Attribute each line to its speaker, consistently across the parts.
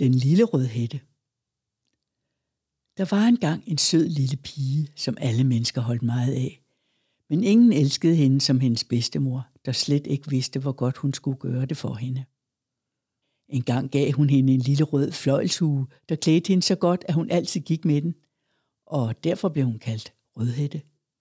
Speaker 1: Den lille rødhætte. Der var engang en sød lille pige, som alle mennesker holdt meget af. Men ingen elskede hende som hendes bedstemor, der slet ikke vidste, hvor godt hun skulle gøre det for hende. En gang gav hun hende en lille rød fløjlshue, der klædte hende så godt, at hun altid gik med den, og derfor blev hun kaldt Rødhætte.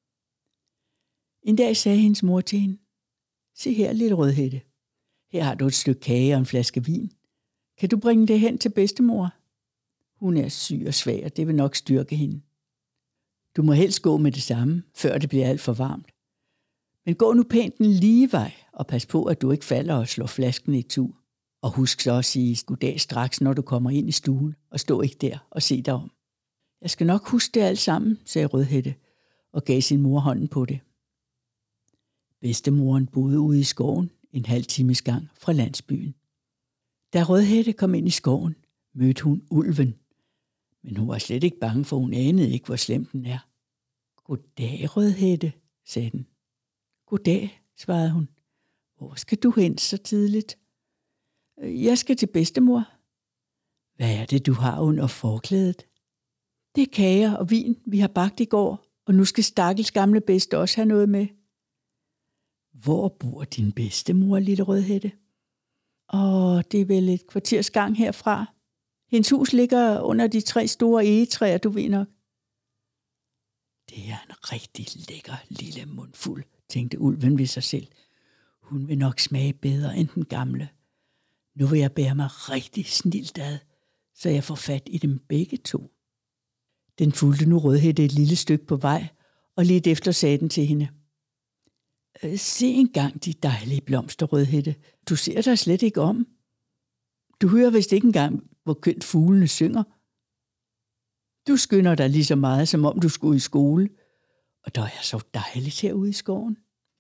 Speaker 1: En dag sagde hendes mor til hende: "Se her, lille Rødhætte. Her har du et stykke kage og en flaske vin. Kan du bringe det hen til bedstemor? Hun er syg og svag, og det vil nok styrke hende. Du må helst gå med det samme, før det bliver alt for varmt. Men gå nu pænt den lige vej, og pas på, at du ikke falder og slår flasken i tu. Og husk så at sige goddag straks, når du kommer ind i stuen, og stå ikke der og se dig om." "Jeg skal nok huske det alt sammen," sagde Rødhætte, og gav sin mor hånden på det. Bedstemoren boede ude i skoven, en halv times gang fra landsbyen. Da Rødhætte kom ind i skoven, mødte hun ulven. Men hun var slet ikke bange, for hun anede ikke, hvor slem den er. "Goddag, Rødhætte," sagde den. "Goddag," svarede hun. "Hvor skal du hen så tidligt?" "Jeg skal til bedstemor." "Hvad er det, du har under forklædet?" "Det er kager og vin, vi har bagt i går, og nu skal stakkels gamle bedste også have noget med." "Hvor bor din bedstemor, lille Rødhætte?" "Det er vel et kvarters gang herfra. Hendes hus ligger under de 3 store egetræer, du ved nok." "Det er en rigtig lækker lille mundfuld," tænkte ulven ved sig selv. "Hun vil nok smage bedre end den gamle. Nu vil jeg bære mig rigtig snilt ad, så jeg får fat i dem begge to." Den fulgte nu Rødhætte et lille stykke på vej, og lidt efter sagde den til hende: "Se engang de dejlige blomster, Rødhætte. Du ser dig slet ikke om. Du hører vist ikke engang, hvor kønt fuglene synger. Du skynder dig lige så meget, som om du skulle i skole, og der er så dejligt herude i skoven."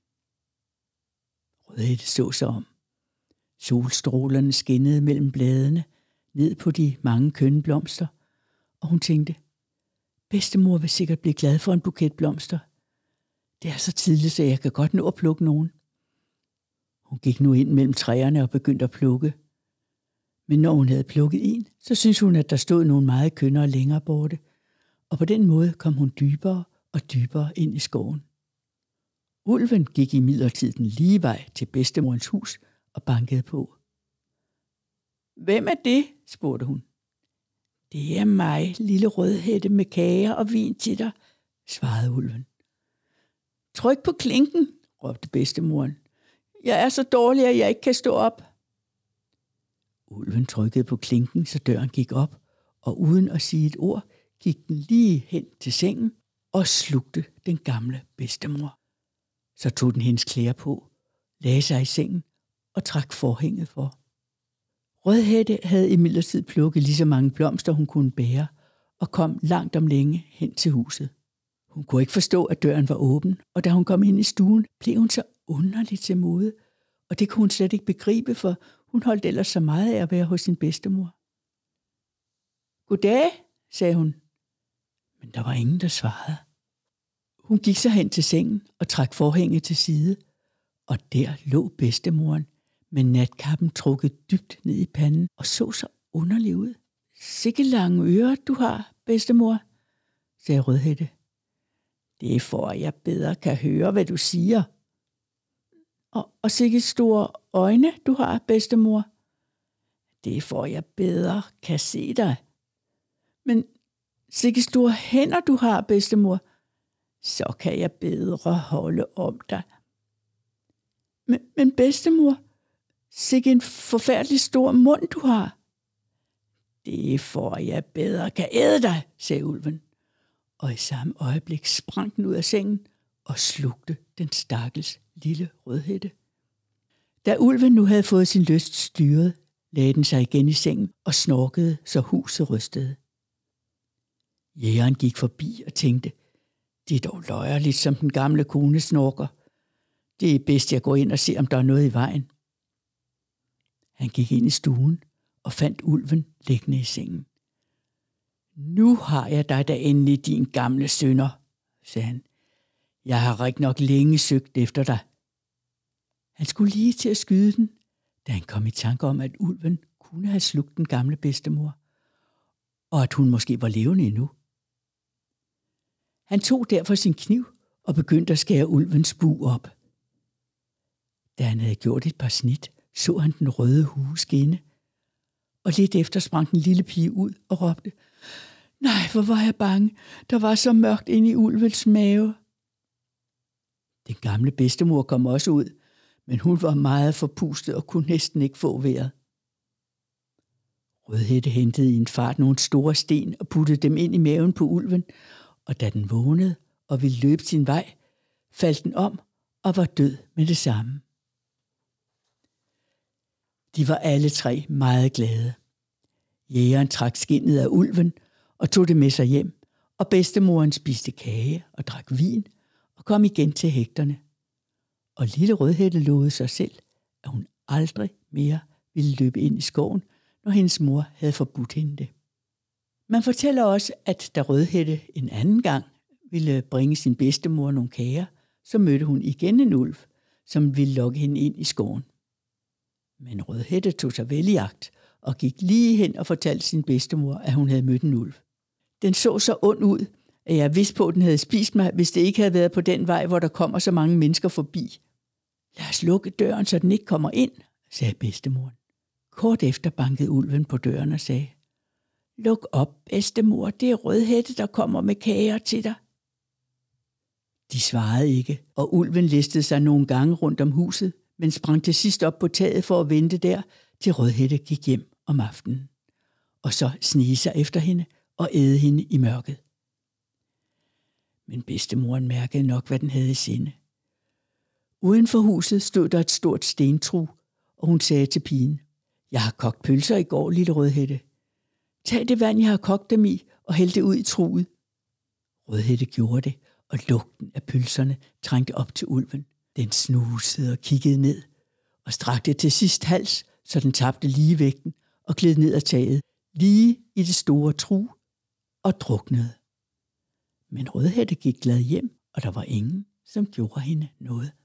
Speaker 1: Rødhætte så sig om. Solstrålerne skinnede mellem bladene ned på de mange kønne blomster, og hun tænkte: "Bedstemor vil sikkert blive glad for en buket blomster. Det er så tidligt, så jeg kan godt nå at plukke nogen." Hun gik nu ind mellem træerne og begyndte at plukke. Men når hun havde plukket en, så syntes hun, at der stod nogle meget kønnere længere borte, og på den måde kom hun dybere og dybere ind i skoven. Ulven gik imidlertid den lige vej til bedstemorens hus og bankede på. "Hvem er det?" spurgte hun. "Det er mig, lille Rødhætte, med kager og vin til dig," svarede ulven. "Tryk på klinken," råbte bedstemoren. "Jeg er så dårlig, at jeg ikke kan stå op." Ulven trykkede på klinken, så døren gik op, og uden at sige et ord, gik den lige hen til sengen og slugte den gamle bedstemor. Så tog den hendes klæder på, lagde sig i sengen og trak forhænget for. Rødhætte havde imidlertid plukket lige så mange blomster, hun kunne bære, og kom langt om længe hen til huset. Hun kunne ikke forstå, at døren var åben, og da hun kom ind i stuen, blev hun så underligt til mode, og det kunne hun slet ikke begribe, for hun holdt ellers så meget af at være hos sin bedstemor. "Goddag," sagde hun, men der var ingen, der svarede. Hun gik så hen til sengen og trak forhænget til side, og der lå bedstemoren med natkappen trukket dybt ned i panden og så underlig ud. "Sikke lange ører, du har, bedstemor," sagde Rødhætte. "Det er for, at jeg bedre kan høre, hvad du siger." Og sikke store øjne, du har, bedstemor." "Det er for, at jeg bedre kan se dig." "Men sikke store hænder, du har, bedstemor." "Så kan jeg bedre holde om dig." Men bedstemor, sikke en forfærdelig stor mund, du har." "Det er for, at jeg bedre kan æde dig," sagde ulven. Og i samme øjeblik sprang den ud af sengen og slugte den stakkels lille Rødhætte. Da ulven nu havde fået sin lyst styret, lagde den sig igen i sengen og snorkede, så huset rystede. Jægeren gik forbi og tænkte: "Det er dog løjerligt, som den gamle kone snorker. Det er bedst, jeg går ind og ser, om der er noget i vejen." Han gik ind i stuen og fandt ulven liggende i sengen. "Nu har jeg dig da endelig, din gamle synder," sagde han. "Jeg har rigtig nok længe søgt efter dig." Han skulle lige til at skyde den, da han kom i tanke om, at ulven kunne have slugt den gamle bedstemor, og at hun måske var levende endnu. Han tog derfor sin kniv og begyndte at skære ulvens bug op. Da han havde gjort et par snit, så han den røde hue skinne, og lidt efter sprang den lille pige ud og råbte, nej, hvor var jeg bange, der var så mørkt inde i ulvens mave. Den gamle bedstemor kom også ud, men hun var meget forpustet og kunne næsten ikke få vejret. Rødhætte hentede i en fart nogle store sten og puttede dem ind i maven på ulven, og da den vågnede og ville løbe sin vej, faldt den om og var død med det samme. De var alle tre meget glade. Jægeren trak skindet af ulven og tog det med sig hjem, og bedstemoren spiste kage og drak vin og kom igen til hægterne. Og lille Rødhætte lovede sig selv, at hun aldrig mere ville løbe ind i skoven, når hendes mor havde forbudt hende det. Man fortæller også, at da Rødhætte en anden gang ville bringe sin bedstemor nogle kager, så mødte hun igen en ulv, som ville lokke hende ind i skoven. Men Rødhætte tog sig vel i agt og gik lige hen og fortalte sin bedstemor, at hun havde mødt en ulv. Den så så ond ud, at jeg vidste på, at den havde spist mig, hvis det ikke havde været på den vej, hvor der kommer så mange mennesker forbi. Lad os lukke døren, så den ikke kommer ind, sagde bedstemoren. Kort efter bankede ulven på døren og sagde, luk op, bedstemor, det er Rødhætte, der kommer med kager til dig. De svarede ikke, og ulven listede sig nogle gange rundt om huset, men sprang til sidst op på taget for at vente der, til Rødhætte gik hjem om aftenen, og så snige sig efter hende og æde hende i mørket. Men bedstemoren mærkede nok, hvad den havde i sinde. Uden for huset stod der et stort stentru, og hun sagde til pigen, jeg har kogt pølser i går, lille Rødhætte. Tag det vand, jeg har kogt dem i, og hæld det ud i truet. Rødhætte gjorde det, og lugten af pølserne trængte op til ulven. Den snusede og kiggede ned, og strakte til sidst hals, så den tabte lige vægten og gled ned ad taget, lige i det store tru, og druknede. Men Rødhætte gik glad hjem, og der var ingen, som gjorde hende noget.